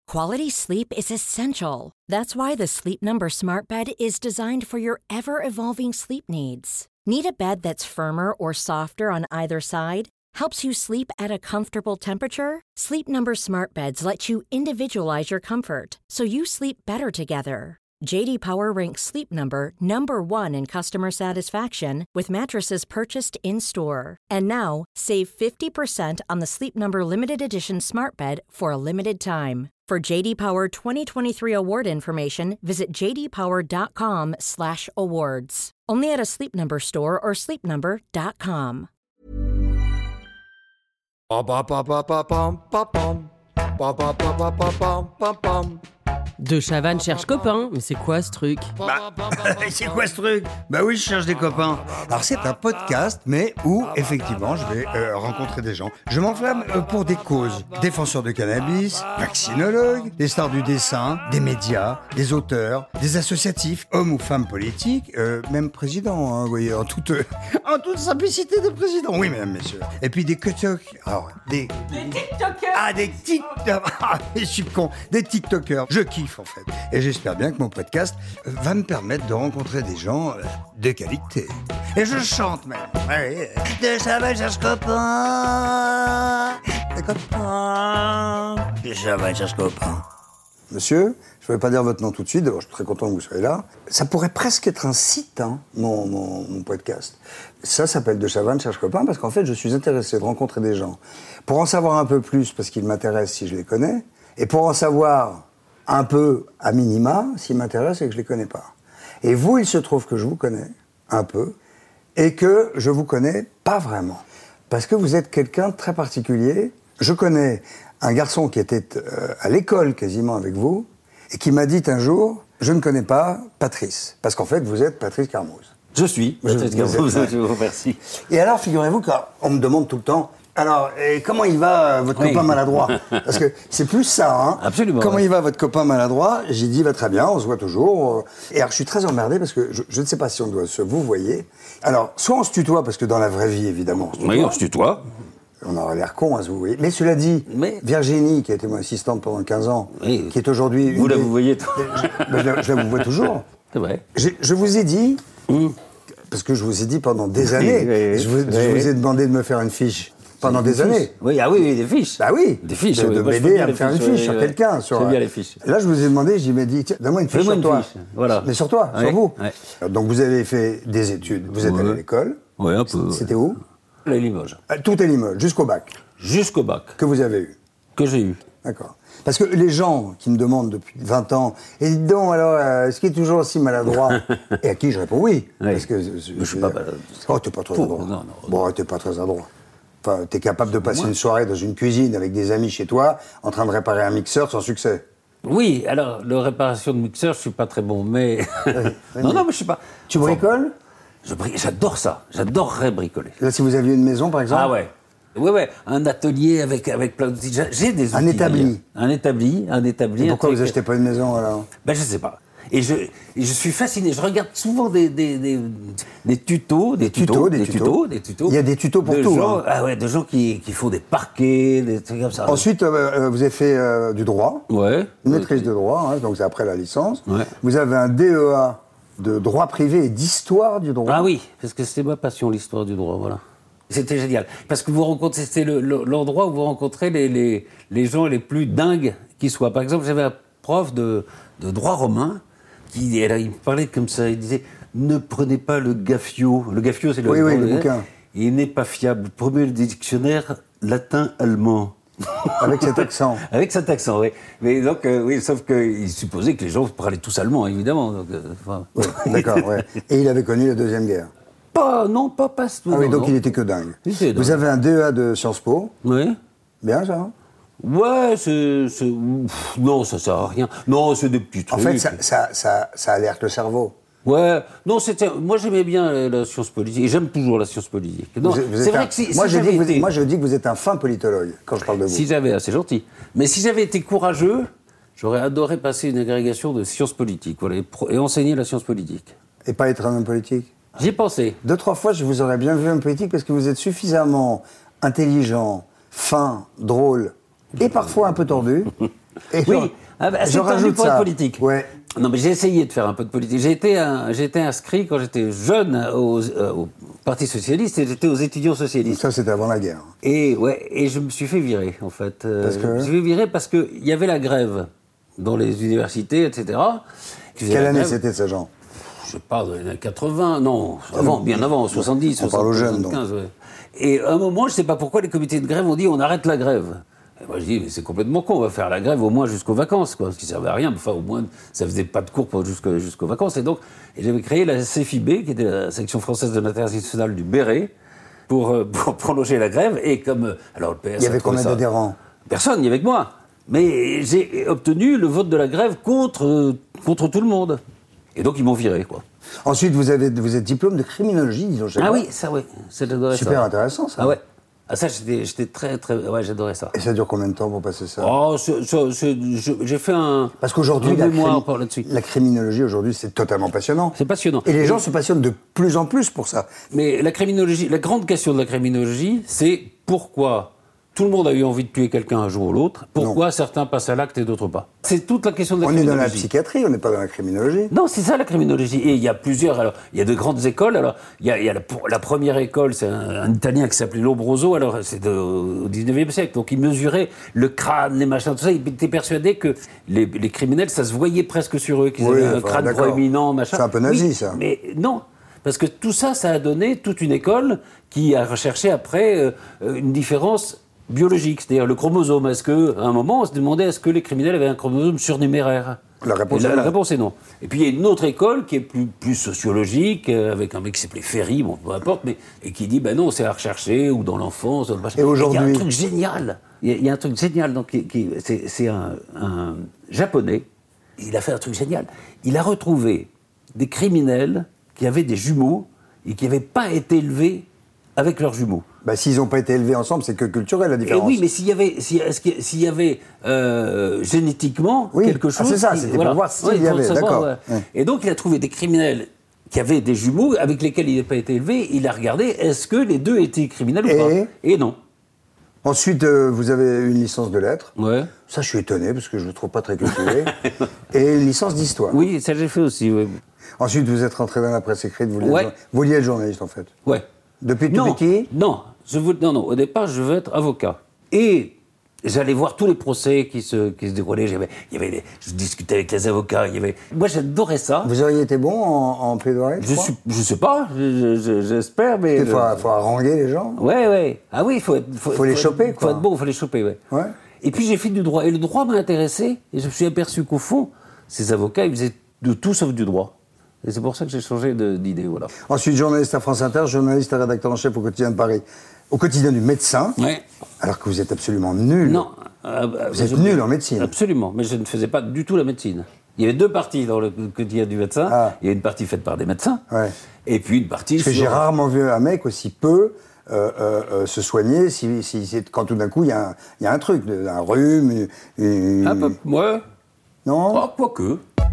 Quality sleep is essential. That's why the Sleep Number Smart Bed is designed for your ever-evolving sleep needs. Need a bed that's firmer or softer on either side? Helps you sleep at a comfortable temperature? Sleep Number Smart Beds let you individualize your comfort, so you sleep better together. J.D. Power ranks Sleep Number number 1 in customer satisfaction with mattresses purchased in-store. And now, save 50% on the Sleep Number Limited Edition Smart Bed for a limited time. For J.D. Power 2023 award information, visit jdpower.com/awards. Only at a Sleep Number store or sleepnumber.com. De Chavannes cherche copain, mais c'est quoi ce truc? C'est quoi ce truc? Bah oui, je cherche des copains. Alors c'est un podcast, mais où effectivement je vais rencontrer des gens. Je m'enflamme pour des causes. Défenseurs de cannabis, vaccinologues, des stars du dessin, des médias, des auteurs, des associatifs, hommes ou femmes politiques, même présidents, hein, vous voyez, en toute simplicité de président. Oui, mesdames, messieurs. Et puis des TikTok. Alors, des TikTokers. Ah, des TikTokers. Ah, je suis con. Des TikTokers. Je kiffe, en fait. Et j'espère bien que mon podcast va me permettre de rencontrer des gens de qualité. Et je chante même. Ouais. De Chavannes cherche copain. Des copains. De Chavannes cherche copain. Monsieur, je ne vais pas dire votre nom tout de suite, d'abord je suis très content que vous soyez là. Ça pourrait presque être un site, hein, mon podcast. Ça s'appelle De Chavannes cherche copain parce qu'en fait je suis intéressé de rencontrer des gens pour en savoir un peu plus parce qu'ils m'intéressent si je les connais, et pour en savoir un peu à minima s'ils m'intéressent et que je les connais pas. Et vous, il se trouve que je vous connais un peu et que je vous connais pas vraiment. Parce que vous êtes quelqu'un de très particulier. Je connais un garçon qui était à l'école quasiment avec vous et qui m'a dit un jour « Je ne connais pas Patrice ». Parce qu'en fait, vous êtes Patrice Carmouze. Je suis Patrice Carmouze, je vous remercie. Et alors, figurez-vous qu'on me demande tout le temps « Alors, et comment il va, votre copain maladroit ?» Parce que c'est plus ça, hein. Absolument. Comment il va, votre copain maladroit? J'ai dit « Va très bien, on se voit toujours. » Et alors, je suis très emmerdé parce que je ne sais pas si on doit se vous voyez. Alors, soit on se tutoie, parce que dans la vraie vie, évidemment, on se tutoie. Oui, on se tutoie. On aurait l'air con à se vous voyez. Mais cela dit, Virginie, qui a été mon assistante pendant 15 ans, qui est aujourd'hui... Vous la vous voyez je la vous vois toujours. C'est vrai. Je vous ai dit, parce que je vous ai dit pendant des années, je vous ai demandé de me faire une fiche pendant des années. Oui, des fiches. Bah oui, des fiches. De m'aider à me faire une fiche sur quelqu'un. J'aime bien les fiches. Là, je vous ai demandé, j'ai dit, tiens, donne-moi une fiche sur toi. Voilà. Mais sur toi, sur vous. Donc vous avez fait des études, vous êtes allé à l'école. Oui, un peu. C'était où? À Limoges. Tout est Limoges, jusqu'au bac. Jusqu'au bac. Que vous avez eu. Que j'ai eu. D'accord. Parce que les gens qui me demandent depuis 20 ans, et dites donc alors, est-ce qu'il est toujours aussi maladroit? Et à qui je réponds oui. Parce que je suis pas maladroit. Oh, t'es pas très adroit. Non. Bon, t'es pas très adroit. Enfin, t'es capable de passer une soirée dans une cuisine avec des amis chez toi, en train de réparer un mixeur sans succès. Oui, alors, la réparation de mixeur, je suis pas très bon, mais... non, mais je sais pas. Tu bricoles? J'adore ça. J'adorerais bricoler. Là, si vous aviez une maison, par exemple? Ah ouais. Oui, un atelier avec plein d'outils. J'ai des outils. Un établi. Un établi. Et pourquoi vous achetez pas une maison, alors? Ben, je sais pas. Et je suis fasciné. Je regarde souvent des tutos. Il y a des tutos pour tout. Gens, de gens qui font des parquets, des trucs comme ça. Ensuite, vous avez fait du droit. Ouais. Une maîtrise de droit, hein, donc c'est après la licence. Ouais. Vous avez un DEA de droit privé et d'histoire du droit. Ah oui, parce que c'était ma passion, l'histoire du droit, voilà. C'était génial. Parce que c'était l'endroit où vous rencontrez les gens les plus dingues qui soient. Par exemple, j'avais un prof de droit romain il me parlait comme ça, il disait « Ne prenez pas le gaffio ». Le gaffio, c'est le bouquin. Il n'est pas fiable. Prenez le dictionnaire latin-allemand. Avec cet accent. Avec cet accent, oui. Mais donc, sauf qu'il supposait que les gens parlaient tous allemand, évidemment. Donc, d'accord, ouais. Et il avait connu la Deuxième Guerre. Pas. Ah oui, donc il était que dingue. Vous avez un DEA de Sciences Po. Oui. Bien, ça, hein? Ouais, non, ça sert à rien. Non, c'est des petits trucs. En fait, ça alerte le cerveau. Ouais, non, moi j'aimais bien la science politique, et j'aime toujours la science politique. Non, c'est vrai que moi je dis que vous êtes un fin politologue, quand je parle de vous. C'est gentil. Mais si j'avais été courageux, j'aurais adoré passer une agrégation de sciences politiques, voilà, et enseigner la science politique. Et pas être un homme politique? J'y ai pensé. 2-3 fois, je vous aurais bien vu homme politique, parce que vous êtes suffisamment intelligent, fin, drôle, et parfois un peu tordu, Et Oui, c'est tendu rajoute pour ça. être politique. Ouais. Non, mais j'ai essayé de faire un peu de politique. J'ai été inscrit quand j'étais jeune au Parti Socialiste et j'étais aux étudiants socialistes. Ça, c'était avant la guerre. Et je me suis fait virer, en fait. Parce que Je me suis fait virer parce qu'il y avait la grève dans les universités, etc. Quelle année c'était, ça, Jean? Je sais pas, dans les années 80, non, avant, bien avant, 70, On parle aux jeunes, 75, ouais. Et à un moment, je ne sais pas pourquoi, les comités de grève ont dit on arrête la grève. Et moi, je dis, mais c'est complètement con, on va faire la grève au moins jusqu'aux vacances, quoi, ce qui ne servait à rien, mais enfin, au moins, ça faisait pas de cours jusqu'aux vacances. Et donc, j'avais créé la CFIB, qui était la section française de l'international du Béret, pour prolonger la grève. Et comme. Alors, le PS. Il y avait combien d'adhérents? Personne, il y avait que moi. Mais j'ai obtenu le vote de la grève contre tout le monde. Et donc, ils m'ont viré, quoi. Ensuite, vous êtes diplôme de criminologie, dis donc. Ah oui, ça, oui. J'adorais ça. Super intéressant, ça. Ah ouais. Ah ça, j'étais très, très... Ouais, j'adorais ça. Et ça dure combien de temps pour passer ça? Oh, j'ai fait un... Parce qu'aujourd'hui, un mémoire là-dessus. la criminologie, aujourd'hui, c'est totalement passionnant. C'est passionnant. Et les gens se passionnent de plus en plus pour ça. Mais la criminologie, la grande question de la criminologie, c'est pourquoi tout le monde a eu envie de tuer quelqu'un un jour ou l'autre, pourquoi certains passent à l'acte et d'autres pas. C'est toute la question de la On est criminologie. dans la psychiatrie, on n'est pas dans la criminologie. Non, c'est ça la criminologie. Et il y a plusieurs. Alors, il y a de grandes écoles. Alors, il y a la première école, c'est un Italien qui s'appelait Lombroso. Alors, c'est au 19e siècle. Donc, il mesurait le crâne, les machins, tout ça. Il était persuadé que les criminels, ça se voyait presque sur eux, qu'ils avaient un crâne proéminent, machin. C'est un peu nazi, oui, ça. Mais non. Parce que tout ça, ça a donné toute une école qui a recherché après une différence biologique, c'est-à-dire le chromosome. Est-ce que, à un moment, on se demandait est-ce que les criminels avaient un chromosome surnuméraire? La réponse, la réponse est non. Et puis il y a une autre école qui est plus sociologique, avec un mec qui s'appelait Ferry, bon, peu importe, et qui dit ben non, c'est à rechercher, ou dans l'enfance. Et aujourd'hui, il y a un truc génial. Il y a un truc génial. Donc, c'est un Japonais. Il a fait un truc génial. Il a retrouvé des criminels qui avaient des jumeaux et qui n'avaient pas été élevés avec leurs jumeaux. Bah, s'ils n'ont pas été élevés ensemble, c'est que culturel la différence. Et oui, mais s'il y avait génétiquement quelque chose... c'est ça, c'était pour voir s'il y avait, d'accord. Ouais. Et donc il a trouvé des criminels qui avaient des jumeaux avec lesquels il n'a pas été élevé. Il a regardé, est-ce que les deux étaient criminels ou pas? Et non. Ensuite, vous avez une licence de lettres. Ouais. Ça, je suis étonné, parce que je ne le trouve pas très cultivé. Et une licence d'histoire. Oui, ça j'ai fait aussi, oui. Ensuite, vous êtes rentré dans la presse écrite, vous vouliez être journaliste, en fait. Ouais. Depuis tout petit? Non, non. Au départ, je veux être avocat. Et j'allais voir tous les procès qui se déroulaient. Je discutais avec les avocats. Moi, j'adorais ça. Vous auriez été bon en plaidoirie? Je sais pas. J'espère, mais. Il faut haranguer les gens. Ouais. Ah oui, faut les choper, quoi. Faut être bon, faut les choper, ouais. Et puis j'ai fait du droit. Et le droit m'a intéressé. Et je me suis aperçu qu'au fond, ces avocats, ils faisaient de tout sauf du droit. Et c'est pour ça que j'ai changé d'idée, voilà. Ensuite, journaliste à France Inter, journaliste et rédacteur en chef au Quotidien de Paris. Au Quotidien du médecin, alors que vous êtes absolument nul. Non. Vous êtes nul en médecine. Absolument, mais je ne faisais pas du tout la médecine. Il y avait deux parties dans le Quotidien du médecin. Il y a une partie faite par des médecins, et puis une partie... Parce que j'ai rarement vu un mec aussi peu se soigner quand tout d'un coup il y a un truc, un rhume... Ouais. Non? Ah, quoique.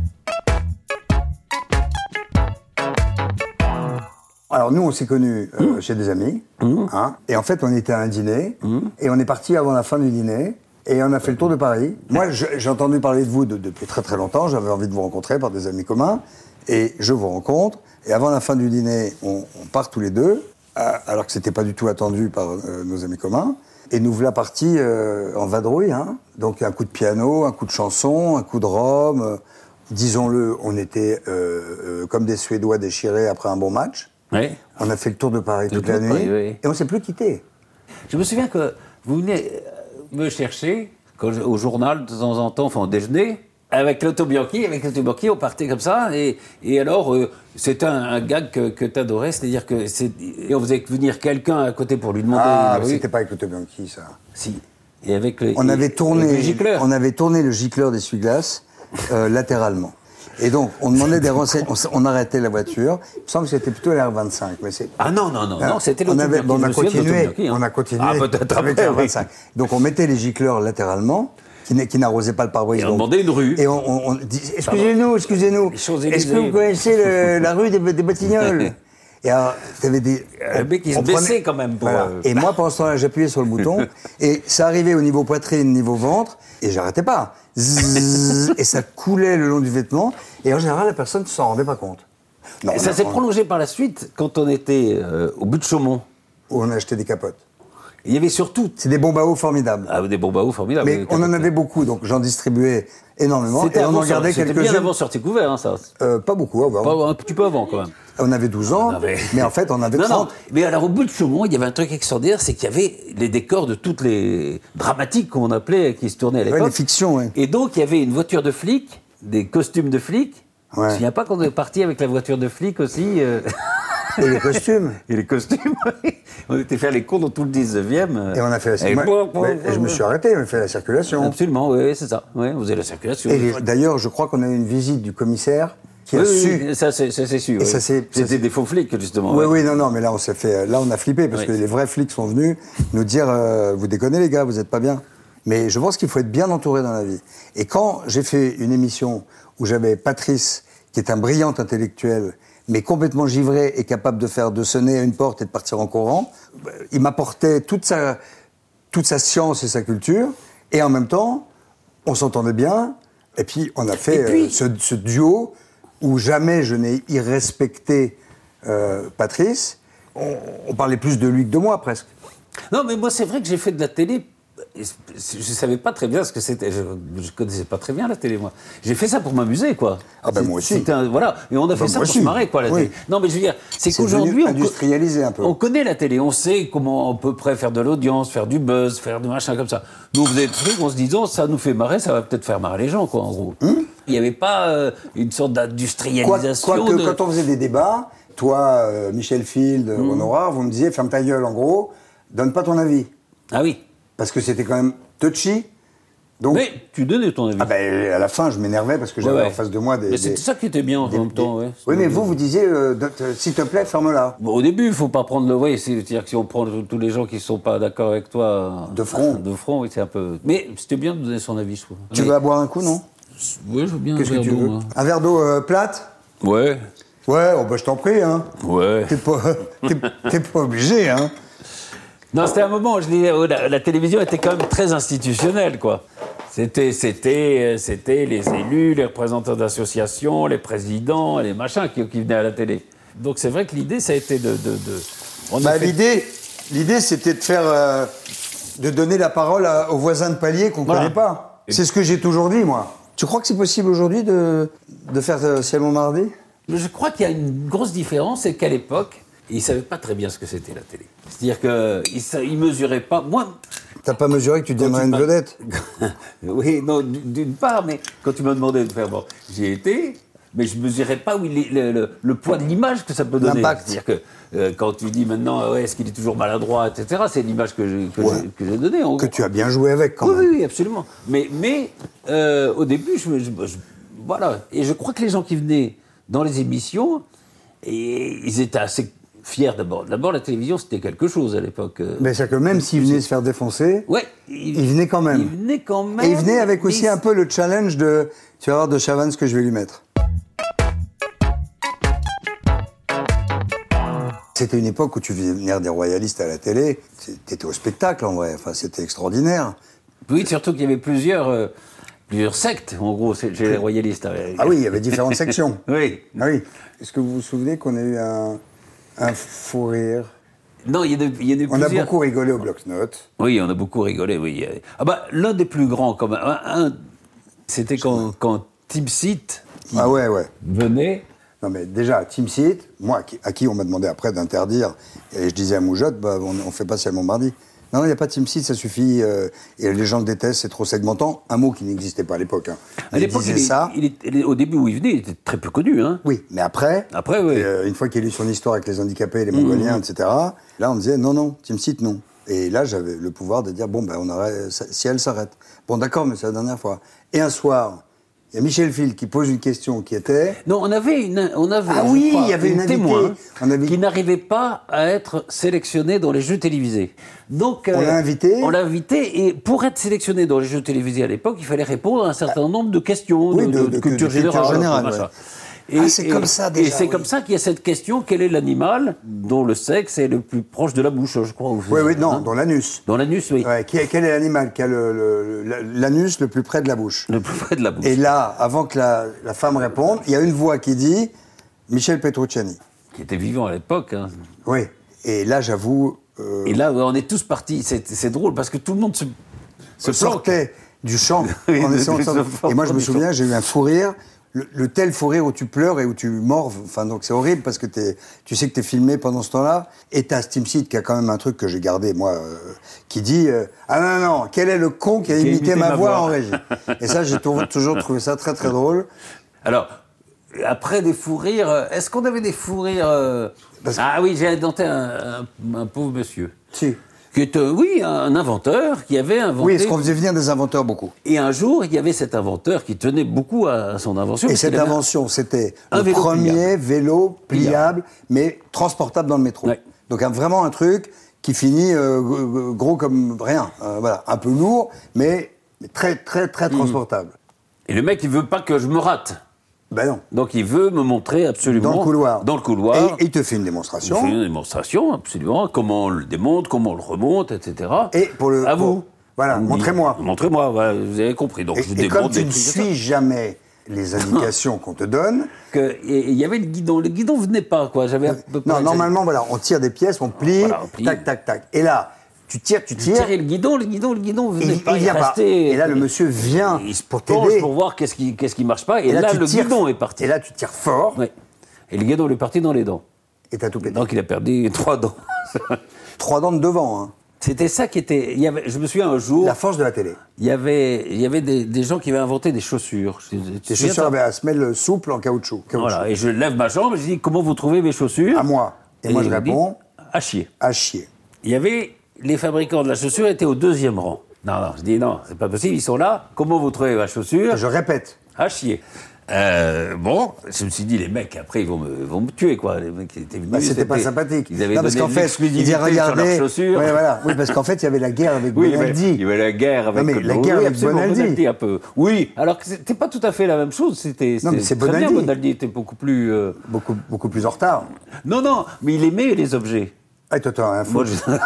Alors nous, on s'est connus chez des amis, et en fait, on était à un dîner, et on est parti avant la fin du dîner, et on a fait le tour de Paris. Moi, j'ai entendu parler de vous depuis très très longtemps, j'avais envie de vous rencontrer par des amis communs, et je vous rencontre, et avant la fin du dîner, on part tous les deux, alors que c'était pas du tout attendu par nos amis communs, et nous voilà partis en vadrouille, donc un coup de piano, un coup de chanson, un coup de rhum, disons-le, on était comme des Suédois déchirés après un bon match. Oui. On a fait le tour de Paris toute la nuit, et on ne s'est plus quitté. Je me souviens que vous venez me chercher au journal de temps en temps, enfin au déjeuner, avec Lotto Bianchi. Avec Lotto Bianchi, on partait comme ça, et alors c'était un gag que tu adorais, c'est-à-dire que et on faisait venir quelqu'un à côté pour lui demander. Ah, mais c'était pas avec Lotto Bianchi, ça. Si. Et avec on avait tourné le gicleur d'essuie-glace latéralement. Et donc, on demandait des renseignements, on arrêtait la voiture. Il me semble que c'était plutôt l'R25. Mais non, c'était l'Auto-Bianchi. On a continué peut-être avec l'R25. Donc, on mettait les gicleurs latéralement, qui n'arrosaient pas le pare-brise. Et on demandait une rue. Et on dit, excusez-nous. Est-ce que vous connaissez la rue des Batignolles? Et alors, t'avais des... Le mec, il se baissait quand même. Pour, Voilà. Et moi, pendant ce temps-là, j'appuyais sur le bouton, et ça arrivait au niveau poitrine, niveau ventre, et j'arrêtais pas. Zzzz, et ça coulait le long du vêtement, et en général, la personne ne s'en rendait pas compte. Non, et ça s'est prolongé par la suite quand on était au but de Chaumont. Où on achetait des capotes. Il y avait surtout... C'est des bombes à eau formidables. Ah, des bombes à eau formidables. Mais on en avait beaucoup, donc j'en distribuais énormément, C'était et on en avant, gardait c'était quelques-uns. bien avant Sortie Couvert, hein, ça. Pas beaucoup, avant. Pas, un petit peu avant, quand même. On avait 12 ans, mais en fait, on avait 30. Non, mais alors au bout de Chaumont, il y avait un truc extraordinaire, c'est qu'il y avait les décors de toutes les dramatiques qu'on appelait, qui se tournaient à l'époque. Ouais, les fictions, ouais. Et donc, il y avait une voiture de flic, des costumes de flic. Ouais. Je me souviens pas qu'on est parti avec la voiture de flic aussi. Et les costumes. Et les costumes, oui. On était faire les cours dans tout le 19e. Et on a fait la circulation. Je me suis arrêté, on a fait la circulation. Absolument, oui, c'est ça. Oui, vous avez la circulation. Et d'ailleurs, je crois qu'on a eu une visite du commissaire qui a su. Oui, ça c'est sûr. Et oui. C'était des faux flics, justement. Oui, ouais. oui, non, mais là, on s'est fait. Là, on a flippé parce Oui. que les vrais flics sont venus nous dire vous déconnez, les gars, vous n'êtes pas bien. Mais je pense qu'il faut être bien entouré dans la vie. Et quand j'ai fait une émission où j'avais Patrice, qui est un brillant intellectuel, mais complètement givré et capable de sonner à une porte et de partir en courant, il m'apportait toute sa science et sa culture, et en même temps, on s'entendait bien, et puis on a fait ce duo où jamais je n'ai irrespecté Patrice. On parlait plus de lui que de moi, presque. Non, mais moi, c'est vrai que j'ai fait de la télé. Je savais pas très bien ce que c'était. Je connaissais pas très bien la télé, moi. J'ai fait ça pour m'amuser, quoi. Ah ben moi aussi. Voilà, et on a fait ça pour se marrer, quoi, la télé. Non, mais je veux dire, c'est qu'aujourd'hui, industrialisé un peu. On connaît la télé, on sait comment on peut faire de l'audience, faire du buzz, faire du machin comme ça. Nous, on faisait des trucs en se disant, ça nous fait marrer, ça va peut-être faire marrer les gens, quoi, en gros. Il n'y avait pas une sorte d'industrialisation. Quoique, quand on faisait des débats, toi, Michel Field, Honorat, vous me disiez, ferme ta gueule, en gros, donne pas ton avis. Ah oui. Parce que c'était quand même touchy. Donc, mais tu donnais ton avis. Ah ben, à la fin, je m'énervais parce que j'avais en face de moi des... Mais c'était ça qui était bien en même temps, ouais. Oui, mais vous disiez, s'il te plaît, ferme-la. Bon, au début, il ne faut pas prendre le... Oui, c'est-à-dire que si on prend tous les gens qui ne sont pas d'accord avec toi... De front. De front, oui, c'est un peu... Mais c'était bien de donner son avis, je trouve. Tu veux boire un coup, non? Oui, je veux bien. Qu'est-ce que tu veux? Un verre d'eau plate? Ouais. Ouais, oh, bah, je t'en prie, hein. Ouais. T'es pas obligé, hein. Non, c'était un moment où je disais, la télévision était quand même très institutionnelle, quoi. C'était les élus, les représentants d'associations, les présidents, les machins qui venaient à la télé. Donc c'est vrai que l'idée, ça a été L'idée, c'était de faire... de donner la parole aux voisins de palier qu'on connaît pas. C'est ce que j'ai toujours dit, moi. Tu crois que c'est possible aujourd'hui de faire Ciel Montmardi? Je crois qu'il y a une grosse différence, c'est qu'à l'époque, ils ne savaient pas très bien ce que c'était la télé. C'est-à-dire qu'ils ne mesuraient pas... Moi... T'as pas mesuré que tu deviendrais une vedette? Oui, non, d'une part, mais quand tu m'as demandé de faire... Bon, j'y ai été, mais je ne mesurais pas le poids de l'image que ça peut donner. L'impact. C'est-à-dire que quand tu dis maintenant, est-ce qu'il est toujours maladroit, etc., c'est l'image que j'ai donnée. Que tu as bien joué avec, quand même. Oui, absolument. Mais au début, voilà. Et je crois que les gens qui venaient dans les émissions, et ils étaient assez fiers d'abord. D'abord, la télévision, c'était quelque chose à l'époque. Mais c'est que même s'ils venaient se faire défoncer, ils venaient quand même. Ils venaient quand même. Et ils venaient avec aussi un peu le challenge de... Tu vas voir de Chavannes ce que je vais lui mettre. C'était une époque où tu faisais venir des royalistes à la télé. T'étais au spectacle, en vrai. Enfin, c'était extraordinaire. Oui, surtout qu'il y avait plusieurs sectes, en gros, chez les royalistes. Ah oui, il y avait différentes sections. Oui. Ah oui. Est-ce que vous vous souvenez qu'on a eu un fou rire? Non, il y en a plusieurs. On a beaucoup rigolé au bloc-notes. Oui, on a beaucoup rigolé, oui. Ah bah, l'un des plus grands, quand même, c'était quand Tim Seat venait... Non mais déjà, Team Seat, moi, à qui on m'a demandé après d'interdire, et je disais à Moujotte, on fait pas Ciel Montmardi. Non, il n'y a pas Team Seat, ça suffit, et les gens le détestent, c'est trop segmentant. Un mot qui n'existait pas à l'époque. Hein. À l'époque, au début où il venait, il était très peu connu. Hein. Oui, mais après oui. Une fois qu'il a lu son histoire avec les handicapés, les Mongoliens, etc., là on me disait non, Team Seat, non. Et là, j'avais le pouvoir de dire, on arrête, si elle s'arrête. Bon, d'accord, mais c'est la dernière fois. Et un soir... Il y a Michel Field qui pose une question qui était... Non, on avait il y avait une témoin qui n'arrivait pas à être sélectionné dans les jeux télévisés. Donc, on l'a invité. On l'a invité, et pour être sélectionné dans les jeux télévisés à l'époque, il fallait répondre à un certain nombre de questions de culture générale. c'est comme ça, déjà, Et c'est oui. comme ça qu'il y a cette question, quel est l'animal dont le sexe est le plus proche de la bouche, je crois. Oui, non, dans l'anus. Dans l'anus, oui. Ouais, quel est l'animal qui a l'anus le plus près de la bouche? Le plus près de la bouche. Et là, avant que la femme réponde, il y a une voix qui dit Michel Petrucciani. Qui était vivant à l'époque. Hein. Oui. Et là, j'avoue. Et là, on est tous partis. C'est drôle parce que tout le monde se planque. sortait du champ Oui, en essayant de se sortir. Et moi, je me du souviens, champ. j'ai eu un fou rire. Le tel fou rire où tu pleures et où tu morves. Enfin, donc c'est horrible parce que tu sais que t'es filmé pendant ce temps-là. Et t'as Steamseed qui a quand même un truc que j'ai gardé, moi, qui dit ah non, quel est le con qui a imité ma voix en régie? Et ça, j'ai toujours trouvé ça très, très drôle. Alors, après des fous rires, est-ce qu'on avait des fous rires Ah oui, j'ai inventé un pauvre monsieur. Si. Qui est, oui, un inventeur qui avait inventé... Oui, est-ce qu'on faisait venir des inventeurs beaucoup? Et un jour, il y avait cet inventeur qui tenait beaucoup à son invention. Et cette invention, c'était un le vélo premier pliable. vélo pliable, mais transportable dans le métro. Ouais. Donc vraiment un truc qui finit gros comme rien. Voilà, un peu lourd, mais très, très, très transportable. Et le mec, il veut pas que je me rate. Ben non. Donc il veut me montrer absolument... Dans le couloir. Dans le couloir. Et il te fait une Il démonstration. fait une démonstration, absolument. Comment on le démonte, comment on le remonte, etc. Et pour le... À vous. Voilà, montrez-moi. Montrez-moi, voilà, vous avez compris. Donc je Et démonte comme tu des ne trucs comme ça. suis jamais les indications qu'on te donne... Et il y avait le guidon. Le guidon venait pas, quoi. J'avais à peu près... Non, normalement, voilà, on tire des pièces, on plie, Voilà, on plie. tac, tac, tac. Et là, tu tires, Tirer le guidon venait il pas. vient pas. restait... Et là, le monsieur vient Il se pour penche t'aider. pour voir qu'est-ce qui marche pas. Et là, tu le tires- guidon est parti. Et là, tu tires fort, Ouais. Et le guidon est parti dans les dents. et t'as tout pété. Donc il a perdu 3 dents. 3 dents de devant, hein. C'était ça qui était... je me souviens un jour, La force de la télé. il y avait des gens qui avaient inventé des chaussures. Tes chaussures avaient à semelle souple en caoutchouc. Voilà, et je lève ma jambe et je dis, comment vous trouvez mes chaussures? À moi. Et moi, je il me dit, réponds, à chier. à chier. Il y avait... Les fabricants de la chaussure étaient au 2e rang. Non, je dis, non, c'est pas possible, ils sont là. Comment vous trouvez ma chaussure? Et je répète. À chier. Bon, je me suis dit, les mecs, après, ils vont me tuer, quoi. Les mecs qui étaient venus. Bah, c'était pas sympathique. Ils avaient Non, parce donné qu'en fait, l'exclusivité ils disaient, sur leurs regardez. chaussures. Ouais, voilà. Oui, parce qu'en fait, il y avait la guerre avec Oui, Bonaldi. il y avait la guerre avec... Non, mais la Oui, guerre avec absolument, Bonaldi. un peu. Oui, alors que c'était pas tout à fait la même chose. Non, mais c'est très bien, Bonaldi. Bonaldi était beaucoup plus... Beaucoup, beaucoup plus en retard. Non, mais il aimait les objets. Ah, toi, t'as un fou. Moi,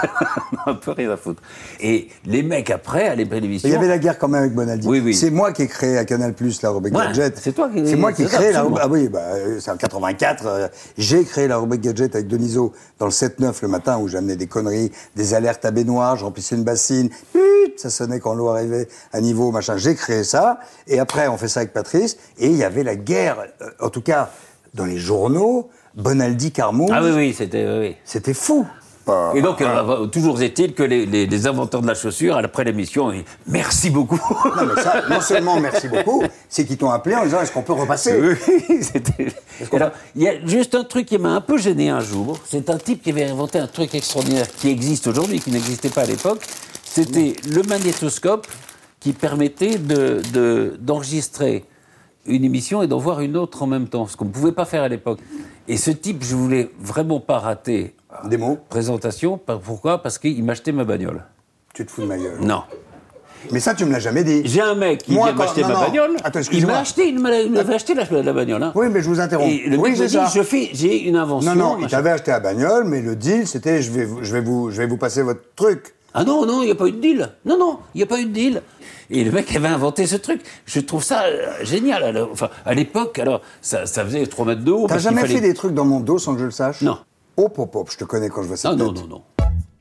un peu rien à foutre. Et les mecs, après, à l'émission... Il y avait la guerre quand même avec Bonaldi. Oui. C'est moi qui ai créé à Canal+, la rubrique Ouais, Gadget. c'est toi qui- C'est moi qui ai c'est ça, créé la absolument. rubrique... Ah oui, c'est en 84. J'ai créé la rubrique Gadget avec Denisot dans le 7-9 le matin où j'amenais des conneries, des alertes à baignoire, je remplissais une bassine. Ça sonnait quand l'eau arrivait à niveau, machin. J'ai créé ça. Et après, on fait ça avec Patrice. Et il y avait la guerre, en tout cas, dans les journaux, Bonaldi, Carmouche. Ah oui, c'était... Oui. C'était fou. Et donc, toujours est-il que les inventeurs de la chaussure, après l'émission, ils disent « Merci beaucoup !» Non, mais ça, non seulement merci beaucoup, c'est qu'ils t'ont appelé en disant est-ce qu'on peut repasser? Oui, c'était... Alors, il y a juste un truc qui m'a un peu gêné un jour. C'est un type qui avait inventé un truc extraordinaire qui existe aujourd'hui, qui n'existait pas à l'époque. C'était le magnétoscope qui permettait d'enregistrer une émission et d'en voir une autre en même temps, ce qu'on ne pouvait pas faire à l'époque. Et ce type, je voulais vraiment pas rater Des mots. présentation. Pourquoi? Parce qu'il m'achetait ma bagnole. Tu te fous de ma gueule. Non. Mais ça, tu me l'as jamais dit. J'ai un mec qui Moi, vient quand- m'acheter non, ma non. bagnole. Attends, Il excuse-moi. m'avait acheté la bagnole. Hein. Oui, mais je vous interromps. Et le oui, mec me c'est dit, ça. j'ai une invention. Non, il machin. t'avait acheté la bagnole, mais le deal, c'était je vais vous passer votre truc. Ah non, il n'y a pas eu de deal. Non, il n'y a pas eu de deal. Et le mec avait inventé ce truc. Je trouve ça génial. Alors, enfin, à l'époque, alors, ça faisait 3 mètres de haut. T'as parce qu'il jamais fallait- fait des trucs dans mon dos sans que je le sache? Non. Hop, je te connais quand je vois cette Non, tête. non.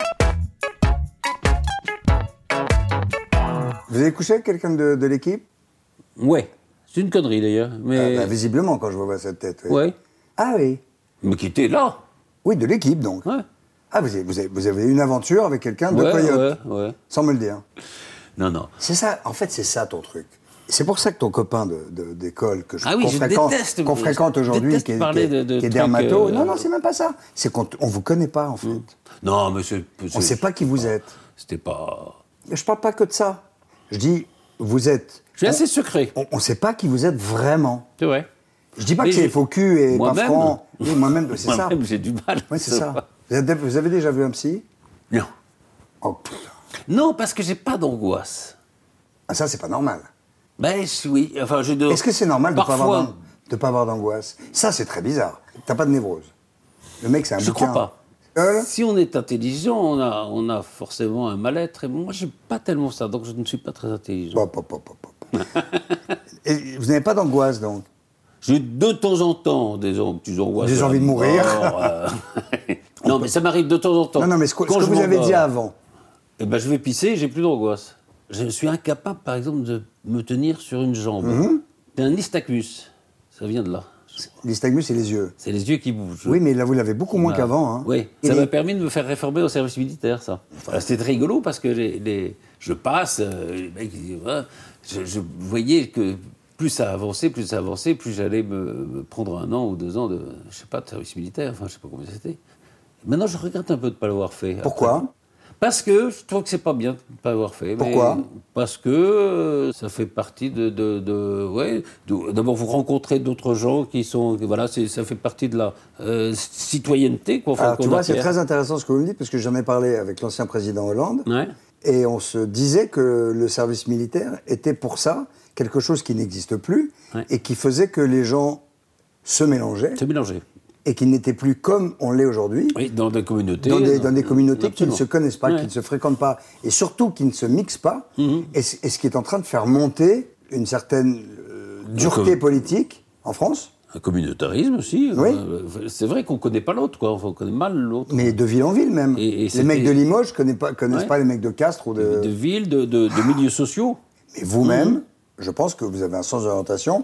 Vous avez couché avec quelqu'un de l'équipe? Ouais. C'est une connerie d'ailleurs. Mais... Bah, visiblement, quand je vois cette tête. Oui. Ouais. Ah oui. Mais qui était là. Oui, de l'équipe, donc. Ouais. Ah, vous avez une aventure avec quelqu'un de Coyote. Ouais. Sans me le dire. Non. C'est ça, en fait, c'est ça ton truc. C'est pour ça que ton copain d'école Ah oui, je déteste- qu'on fréquente aujourd'hui, déteste qui est parler de qui est trucs, dermato, non, c'est même pas ça. C'est qu'on vous connaît pas, en fait. Non, mais c'est... On sait pas qui vous êtes. C'était pas... Mais je parle pas que de ça. Je dis, vous êtes... Je suis assez secret. On sait pas qui vous êtes vraiment. C'est vrai. Je dis pas Mais que c'est j'ai- faux cul et pas Moi-même. franc. Oui, moi-même, c'est ça. Moi-même, j'ai du mal. Oui, c'est ça. Vous avez déjà vu un psy? Non. Oh, putain. Non, parce que j'ai pas d'angoisse. Ah, ça, c'est pas normal. Ben oui, enfin je dois... Est-ce que c'est normal de Parfois, pas avoir de pas avoir d'angoisse. Ça, c'est très bizarre. T'as pas de névrose. Le mec, c'est un Je bouquin. crois pas. Si on est intelligent, on a forcément un mal-être. Et moi, j'ai pas tellement ça, donc je ne suis pas très intelligent. Et vous n'avez pas d'angoisse, donc? J'ai de temps en temps des petites angoisses. Des envies de mourir. Non, mais ça m'arrive de temps en temps. Non, mais ce que vous avez dit avant. Eh ben, je vais pisser, j'ai plus d'angoisse. Je suis incapable, par exemple, de me tenir sur une jambe. C'est un nystagmus. Ça vient de là. Nystagmus, c'est les yeux. C'est les yeux qui bougent. Oui, mais là, vous l'avez beaucoup moins qu'avant. Hein. Oui, ça m'a permis de me faire réformer au service militaire, ça. C'était très rigolo parce que je passe, les mecs, ils disent, ouais, je voyais que plus ça avançait, plus j'allais me prendre 1 an ou 2 ans de, je sais pas, de service militaire, enfin, je sais pas combien c'était. Maintenant, je regrette un peu de ne pas l'avoir fait. Pourquoi ? Après. Parce que je trouve que c'est pas bien de ne pas l'avoir fait. Pourquoi ? Parce que ça fait partie d'abord, vous rencontrez d'autres gens qui sont... Voilà, ça fait partie de la citoyenneté. Quoi, alors, tu vois, c'est très intéressant ce que vous me dites, parce que j'en ai parlé avec l'ancien président Hollande, et on se disait que le service militaire était pour ça quelque chose qui n'existe plus, et qui faisait que les gens se mélangeaient. Et qui n'étaient plus comme on l'est aujourd'hui. Oui, dans des communautés. Dans des communautés qui ne se connaissent pas, qui ne se fréquentent pas, et surtout qui ne se mixent pas, et ce qui est en train de faire monter une certaine dureté politique en France. Un communautarisme aussi. Oui. C'est vrai qu'on ne connaît pas l'autre, quoi. On connaît mal l'autre. Mais de ville en ville même. Les mecs de Limoges ne connaissent pas les mecs de Castres ou de... De ville, de milieux sociaux. Mais vous-même, je pense que vous avez un sens d'orientation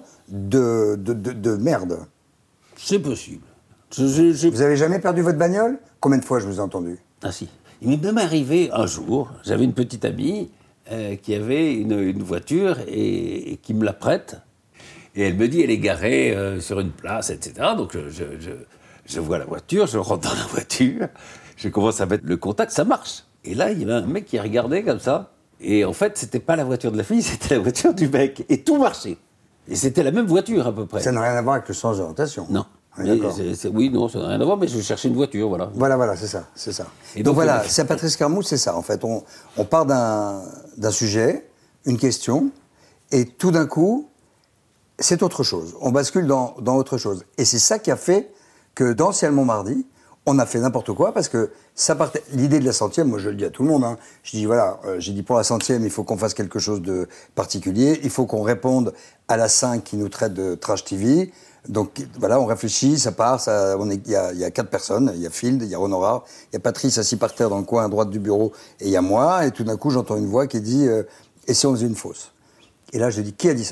de merde. C'est possible. Vous avez jamais perdu votre bagnole ? Combien de fois je vous ai entendu ? Ah si. Il m'est même arrivé un jour, j'avais une petite amie qui avait une voiture et qui me la prête. Et elle me dit, elle est garée sur une place, etc. Donc je vois la voiture, je rentre dans la voiture, je commence à mettre le contact, ça marche. Et là, il y avait un mec qui regardait comme ça. Et en fait, c'était pas la voiture de la fille, c'était la voiture du mec. Et tout marchait. Et c'était la même voiture à peu près. Ça n'a rien à voir avec le sens d'orientation. Non. Oui, non, ça n'a rien à voir, mais je cherchais une voiture, voilà. Voilà, c'est ça. Et donc voilà, c'est Patrice Carmouche, c'est ça. En fait, on part d'un sujet, une question, et tout d'un coup, c'est autre chose. On bascule dans autre chose. Et c'est ça qui a fait que dans Ciel Montmardi, on a fait n'importe quoi, parce que ça partait. L'idée de la 100e, moi je le dis à tout le monde, hein, je dis voilà, j'ai dit pour la 100e, il faut qu'on fasse quelque chose de particulier, il faut qu'on réponde à la 5 qui nous traite de trash TV. Donc voilà, on réfléchit, ça part, il y a 4 personnes, il y a Field, il y a Honorard, il y a Patrice assis par terre dans le coin à droite du bureau, et il y a moi, et tout d'un coup j'entends une voix qui dit et si on faisait une fosse ? Et là je dis qui a dit ça ?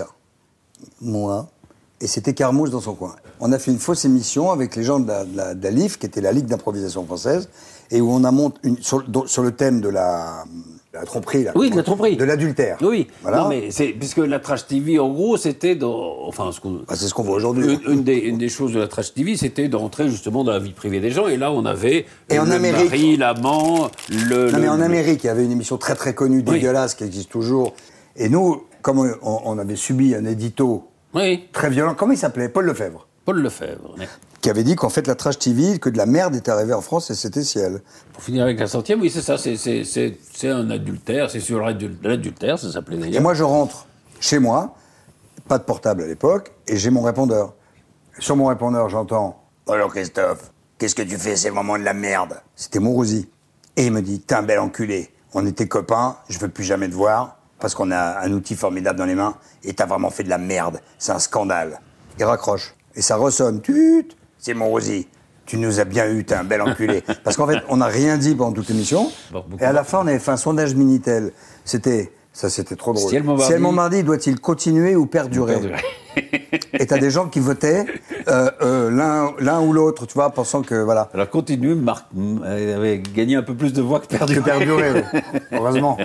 Moi. Et c'était Carmouche dans son coin. On a fait une fausse émission avec les gens de la LIF, qui était la Ligue d'improvisation française, et où on a monté sur le thème de la tromperie. Oui, de la tromperie. De l'adultère. Oui, voilà. Non, mais puisque la trash TV, en gros, c'était c'est ce qu'on voit aujourd'hui. Une des choses de la trash TV, c'était d'entrer justement dans la vie privée des gens, et là, on avait Amérique, mari, l'amant, mais en Amérique, il y avait une émission très très connue, dégueulasse, qui existe toujours. Et nous, comme on avait subi un édito très violent, comment il s'appelait ? Paul Lefebvre. Paul Lefebvre, oui. Qui avait dit qu'en fait, la trash TV, que de la merde était arrivée en France et c'était Ciel. Pour finir avec la 100e, oui, c'est ça, c'est un adultère, c'est sur l'adultère, ça s'appelait d'ailleurs. Et moi, je rentre chez moi, pas de portable à l'époque, et j'ai mon répondeur. Sur mon répondeur, j'entends « Bonjour Christophe, qu'est-ce que tu fais, c'est le moment de la merde ?» C'était Mourouzi. Et il me dit « T'es un bel enculé, on était copains, je veux plus jamais te voir, parce qu'on a un outil formidable dans les mains, et t'as vraiment fait de la merde, c'est un scandale. » Il raccroche. Et ça ressonne. Tut, c'est Mourouzi. Tu nous as bien eu, t'es un bel enculé. Parce qu'en fait, on n'a rien dit pendant toute l'émission. Et à la fin, on avait fait un sondage Minitel. C'était trop drôle. Ciel Montmardi doit-il continuer ou perdurer ? Et t'as des gens qui votaient l'un ou l'autre, tu vois, pensant que voilà. Alors continuer, Marc avait gagné un peu plus de voix que perdurer. Que perdurer, oui. Heureusement.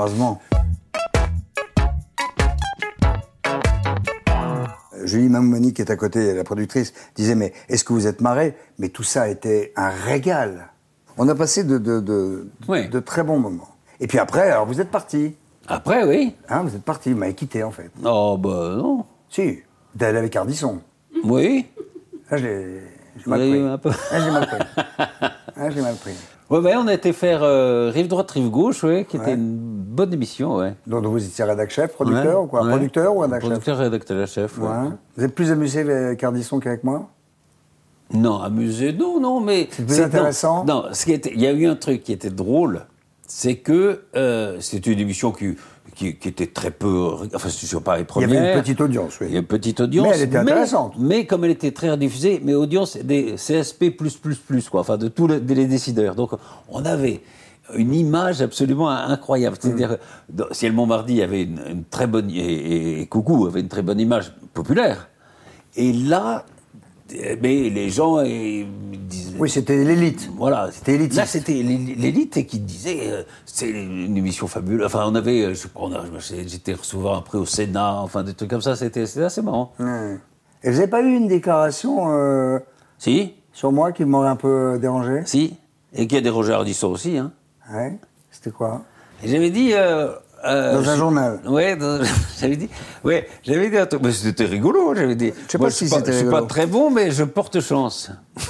Julie Mamouni, qui est à côté, la productrice, disait « Mais est-ce que vous êtes marrés ?» Mais tout ça était un régal. On a passé de très bons moments. Et puis après, alors vous êtes partis. Après, oui. Hein, vous êtes partis, vous m'avez quitté en fait. Oh, bah non. Si, d'aller avec Ardisson. Oui. Là, j'ai mal pris. Un peu. Là, j'ai mal pris. Ouais, on a été faire Rive droite, Rive gauche, qui était une bonne émission, Donc vous étiez rédac-chef, producteur ou quoi? Producteur ou rédac-chef? Producteur, rédacteur-chef, Vous êtes plus amusé avec Ardisson qu'avec moi? Non, amusé, non, mais... C'est plus intéressant? Non, il y a eu un truc qui était drôle, c'est que c'était une émission qui était très peu... Enfin, c'est sûr, pas les premières. Il y avait une petite audience, oui. Il y a une petite audience. Mais elle était intéressante. Mais comme elle était très rediffusée, mais audience des CSP+++, quoi, enfin, de tous les décideurs. Donc, on avait une image absolument incroyable. C'est-à-dire, Ciel Montmardi avait une très bonne... Et Coucou avait une très bonne image populaire. Et là... Mais les gens disaient... Oui, c'était l'élite. Voilà. C'était élitiste. Là, c'était l'élite qui disait c'est une émission fabuleuse. Enfin, on avait... Je sais pas, j'étais souvent après au Sénat, enfin, des trucs comme ça. C'était assez marrant. Et vous n'avez pas eu une déclaration Si. Sur moi qui m'aurait un peu dérangé? Si. Et qui a dérangé Ardisson aussi. Hein. Ouais. C'était quoi? Et j'avais dit... dans un journal. Ouais, j'avais dit un truc. Mais c'était rigolo, j'avais dit. Je sais pas si c'était rigolo. Je suis pas très bon, mais je porte chance.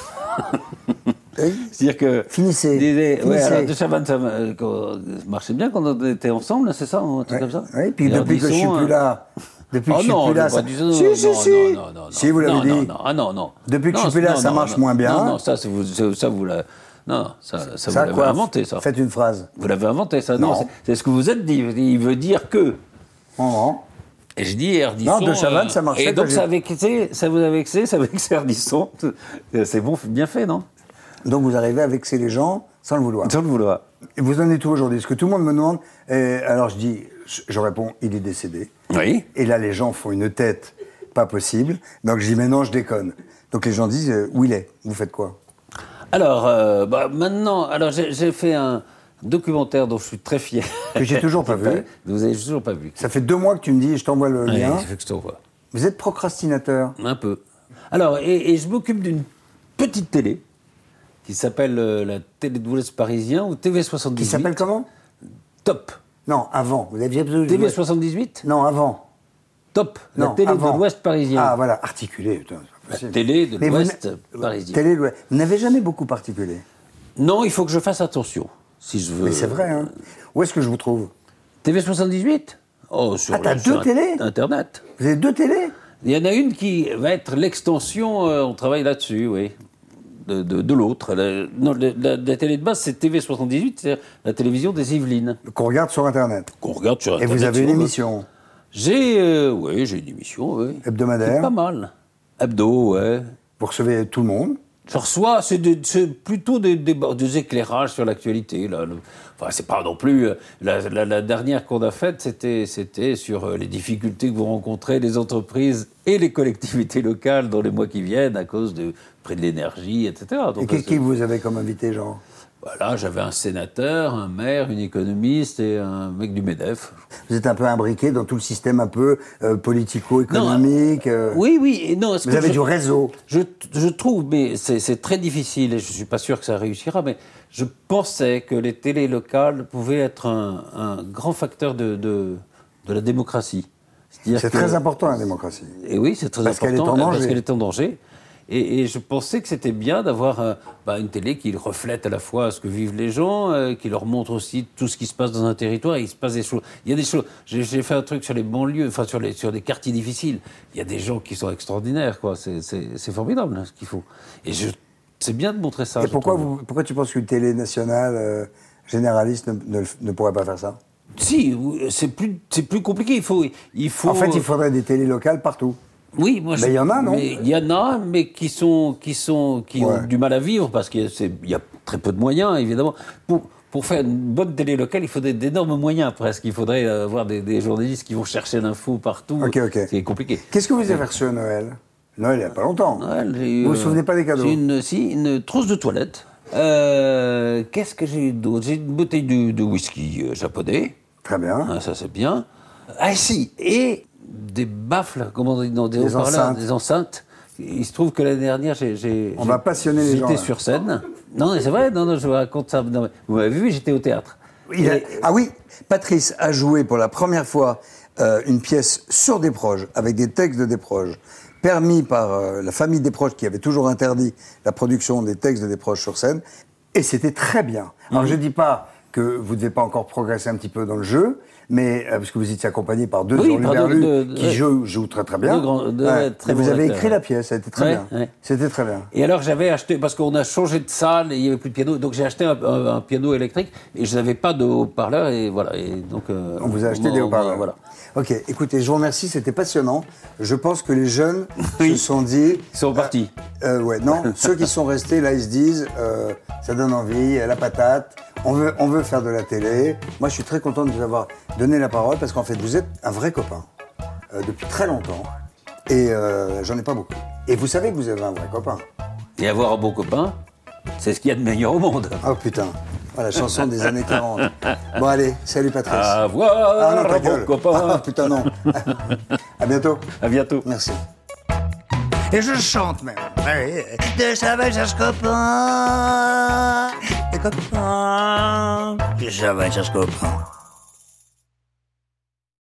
C'est-à-dire que... Finissez. Ouais, alors De Chavannes, ça marchait bien quand on était ensemble, c'est ça, un truc comme ça? Oui, puis depuis que je suis plus là... Depuis que je suis plus là, ça... Si. Si, vous l'avez dit. Non. Depuis que je suis plus là, ça marche moins bien. Non, ça vous l'avez... Non, ça vous l'avez quoi, inventé, ça. Faites une phrase. Vous l'avez inventé, ça. Non. C'est ce que vous êtes dit. Il veut dire que... Non. Et je dis Ardisson... Non, De Chavannes, ça marchait. Et donc ça vous a vexé Ardisson. C'est bon, bien fait, non? Donc vous arrivez à vexer les gens sans le vouloir. Sans le vouloir. Et vous en êtes où aujourd'hui? Parce que tout le monde me demande... alors je réponds, il est décédé. Oui. Et là, les gens font une tête pas possible. Donc je dis, mais non, je déconne. Donc les gens disent, où il est? Vous faites quoi? Alors, maintenant... Alors, j'ai fait un documentaire dont je suis très fier. Que j'ai toujours pas vu. Vous avez toujours pas vu. Ça fait 2 mois que tu me dis, je t'envoie le lien. Ça fait que je t'envoie. Vous êtes procrastinateur? Un peu. Alors, et je m'occupe d'une petite télé qui s'appelle la télé de l'Ouest parisien ou TV78. Qui s'appelle comment? Top. Non, avant. Vous aviez besoin de... TV78? Non, avant. Top. La télé de l'Ouest parisien. Ah, voilà, articulé. Putain, la télé de l'Ouest parisien. Télé de l'Ouest. Vous n'avez jamais beaucoup articulé? Non, il faut que je fasse attention, si je veux. Mais c'est vrai, hein. Où est-ce que je vous trouve? TV78? Oh, sur t'as 2 télés? Internet. Vous avez 2 télés? Il y en a une qui va être l'extension, on travaille là-dessus, oui, de l'autre. La télé de base, c'est TV78, c'est-à-dire la télévision des Yvelines. Qu'on regarde sur Internet. Qu'on regarde sur Internet. Et vous avez une émission? J'ai une émission, oui. Hebdomadaire? C'est pas mal. Hebdo, ouais. Vous recevez tout le monde? Je reçois, c'est plutôt des éclairages sur l'actualité. Enfin, c'est pas non plus... La dernière qu'on a faite, c'était sur les difficultés que vont rencontrer les entreprises et les collectivités locales dans les mois qui viennent à cause du prix de l'énergie, etc. Donc, et qui vous avez comme invité, genre? Voilà, j'avais un sénateur, un maire, une économiste et un mec du MEDEF. Vous êtes un peu imbriqué dans tout le système un peu politico-économique. Oui, et non. Vous avez du réseau. Je trouve, mais c'est très difficile et je suis pas sûr que ça réussira, mais je pensais que les télés locales pouvaient être un grand facteur de la démocratie. C'est très important, la démocratie. Et oui, c'est très important parce qu'elle est en danger. Et je pensais que c'était bien d'avoir une télé qui reflète à la fois ce que vivent les gens, qui leur montre aussi tout ce qui se passe dans un territoire. Il se passe des choses. Il y a des choses. J'ai fait un truc sur les banlieues, enfin sur des quartiers difficiles. Il y a des gens qui sont extraordinaires, quoi. C'est formidable, hein, ce qu'il faut. Et c'est bien de montrer ça. Et pourquoi tu penses qu'une télé nationale généraliste ne pourrait pas faire ça? Si, c'est plus compliqué. Il faut. En fait, il faudrait des télés locales partout. Oui, moi. Mais il y en a, non? Il y en a, mais qui ont du mal à vivre parce qu'il y a très peu de moyens, évidemment. Pour faire une bonne télé locale, il faudrait d'énormes moyens presque. Il faudrait avoir des journalistes qui vont chercher l'info partout. Ok. C'est compliqué. Qu'est-ce que vous avez reçu à Noël? Noël, il n'y a pas longtemps. Noël, vous vous souvenez pas des cadeaux? J'ai une trousse de toilette. Qu'est-ce que j'ai eu d'autre? J'ai une bouteille de whisky japonais. Très bien. Ah, ça, c'est bien. Ah si, et des baffles, comment on dit, des haut-parleurs, des enceintes. Il se trouve que l'année dernière, on va passionner les gens. J'étais sur scène. Non, c'est vrai, non, je vous raconte ça. Non, vous m'avez vu, j'étais au théâtre. Ah oui, Patrice a joué pour la première fois une pièce sur Desproges, avec des textes de Desproges, permis par la famille Desproges qui avait toujours interdit la production des textes de Desproges sur scène. Et c'était très bien. Alors, je ne dis pas que vous ne devez pas encore progresser un petit peu dans le jeu, mais parce que vous étiez accompagné par deux hurluberlus qui jouent très très bien. Très et vous bons avez acteurs. écrit la pièce, ça a été très bien. Ouais. C'était très bien. Et alors j'avais acheté, parce qu'on a changé de salle et il n'y avait plus de piano, donc j'ai acheté un piano électrique et je n'avais pas de haut-parleur et voilà. Et donc, on vous a acheté des haut-parleurs. Voilà. Ok, écoutez, je vous remercie, c'était passionnant. Je pense que les jeunes se sont dit... Ils sont partis. Non, ceux qui sont restés, là, ils se disent, ça donne envie, la patate, on veut faire de la télé. Moi, je suis très content de vous avoir donné la parole parce qu'en fait, vous êtes un vrai copain depuis très longtemps et j'en ai pas beaucoup. Et vous savez que vous avez un vrai copain. Et avoir un bon copain, c'est ce qu'il y a de meilleur au monde. Oh putain, voilà, la chanson des années 40. Bon allez, salut Patrice. Avoir non, ta un bon gueule. copain. Ah putain non. À bientôt. À bientôt. Merci. Et je chante même. De Chavannes cherche copain. Des copains. De Chavannes cherche copain.